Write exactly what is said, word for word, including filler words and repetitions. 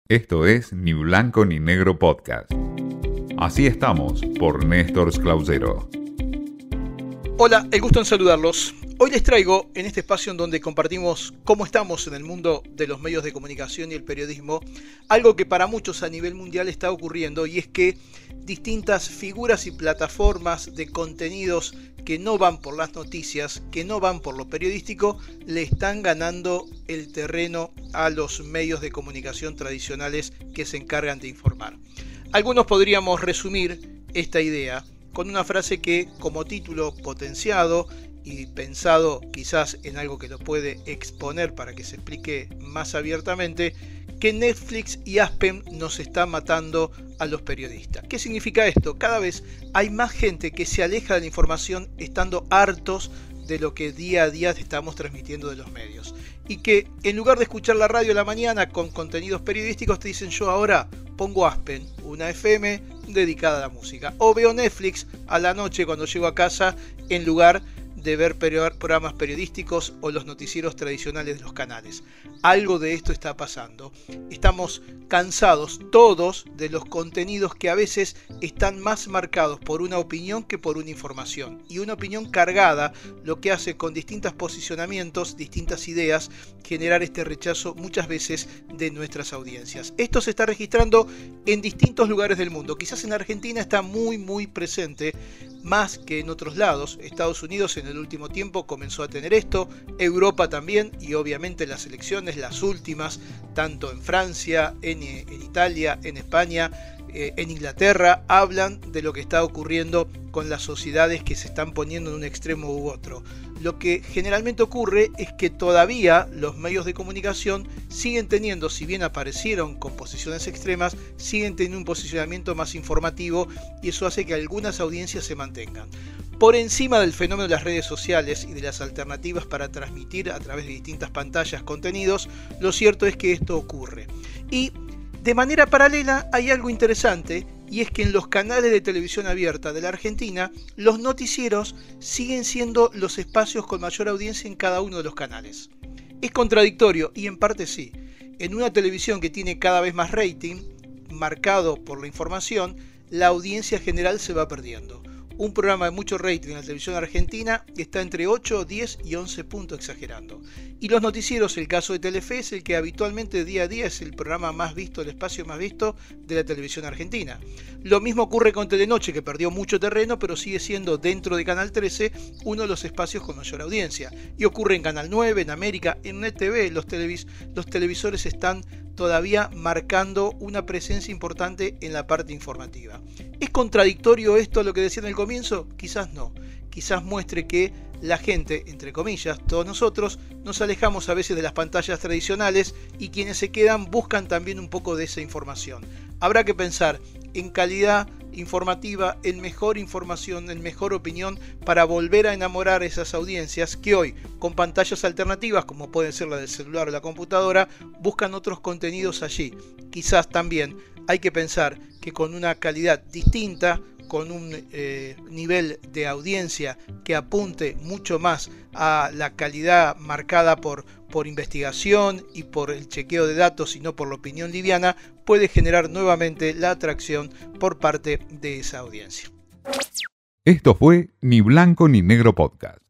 Esto es Ni Blanco ni Negro Podcast. Así estamos por Néstor Clausero. Hola, el gusto en saludarlos. Hoy les traigo, en este espacio en donde compartimos cómo estamos en el mundo de los medios de comunicación y el periodismo, algo que para muchos a nivel mundial está ocurriendo, y es que distintas figuras y plataformas de contenidos que no van por las noticias, que no van por lo periodístico, le están ganando el terreno a los medios de comunicación tradicionales que se encargan de informar. Algunos podríamos resumir esta idea con una frase que, como título potenciado y pensado quizás en algo que lo puede exponer para que se explique más abiertamente, que Netflix y Aspen nos está matando a los periodistas. ¿Qué significa esto? Cada vez hay más gente que se aleja de la información estando hartos de lo que día a día estamos transmitiendo de los medios. Y que en lugar de escuchar la radio a la mañana con contenidos periodísticos, te dicen: yo ahora pongo Aspen, una F M dedicada a la música. O veo Netflix a la noche cuando llego a casa en lugar de ver programas periodísticos o los noticieros tradicionales de los canales. Algo de esto está pasando. Estamos cansados todos de los contenidos que a veces están más marcados por una opinión que por una información. Y una opinión cargada, lo que hace con distintos posicionamientos, distintas ideas, generar este rechazo muchas veces de nuestras audiencias. Esto se está registrando en distintos lugares del mundo. Quizás en Argentina está muy muy presente, más que en otros lados. Estados Unidos en el último tiempo comenzó a tener esto, Europa también, y obviamente las elecciones, las últimas, tanto en Francia, en, en Italia, en España, eh, en Inglaterra, hablan de lo que está ocurriendo con las sociedades que se están poniendo en un extremo u otro. Lo que generalmente ocurre es que todavía los medios de comunicación siguen teniendo, si bien aparecieron con posiciones extremas, siguen teniendo un posicionamiento más informativo, y eso hace que algunas audiencias se mantengan. Por encima del fenómeno de las redes sociales y de las alternativas para transmitir a través de distintas pantallas contenidos, lo cierto es que esto ocurre. Y de manera paralela hay algo interesante, y es que en los canales de televisión abierta de la Argentina, los noticieros siguen siendo los espacios con mayor audiencia en cada uno de los canales. Es contradictorio, y en parte sí. En una televisión que tiene cada vez más rating, marcado por la información, la audiencia general se va perdiendo. Un programa de mucho rating en la televisión argentina está entre ocho, diez y once puntos, exagerando. Y los noticieros, el caso de Telefe, es el que habitualmente día a día es el programa más visto, el espacio más visto de la televisión argentina. Lo mismo ocurre con Telenoche, que perdió mucho terreno, pero sigue siendo dentro de Canal trece uno de los espacios con mayor audiencia. Y ocurre en Canal nueve, en América, en Net T V, los, televis- los televisores están todavía marcando una presencia importante en la parte informativa. ¿Es contradictorio esto a lo que decía en el comienzo? Quizás no. Quizás muestre que la gente, entre comillas, todos nosotros, nos alejamos a veces de las pantallas tradicionales, y quienes se quedan buscan también un poco de esa información. Habrá que pensar en calidad informativa, en mejor información, en mejor opinión, para volver a enamorar a esas audiencias que hoy, con pantallas alternativas como pueden ser la del celular o la computadora, buscan otros contenidos allí. Quizás también hay que pensar que con una calidad distinta, con un eh, nivel de audiencia que apunte mucho más a la calidad marcada por, por investigación y por el chequeo de datos y no por la opinión liviana, puede generar nuevamente la atracción por parte de esa audiencia. Esto fue Ni Blanco ni Negro Podcast.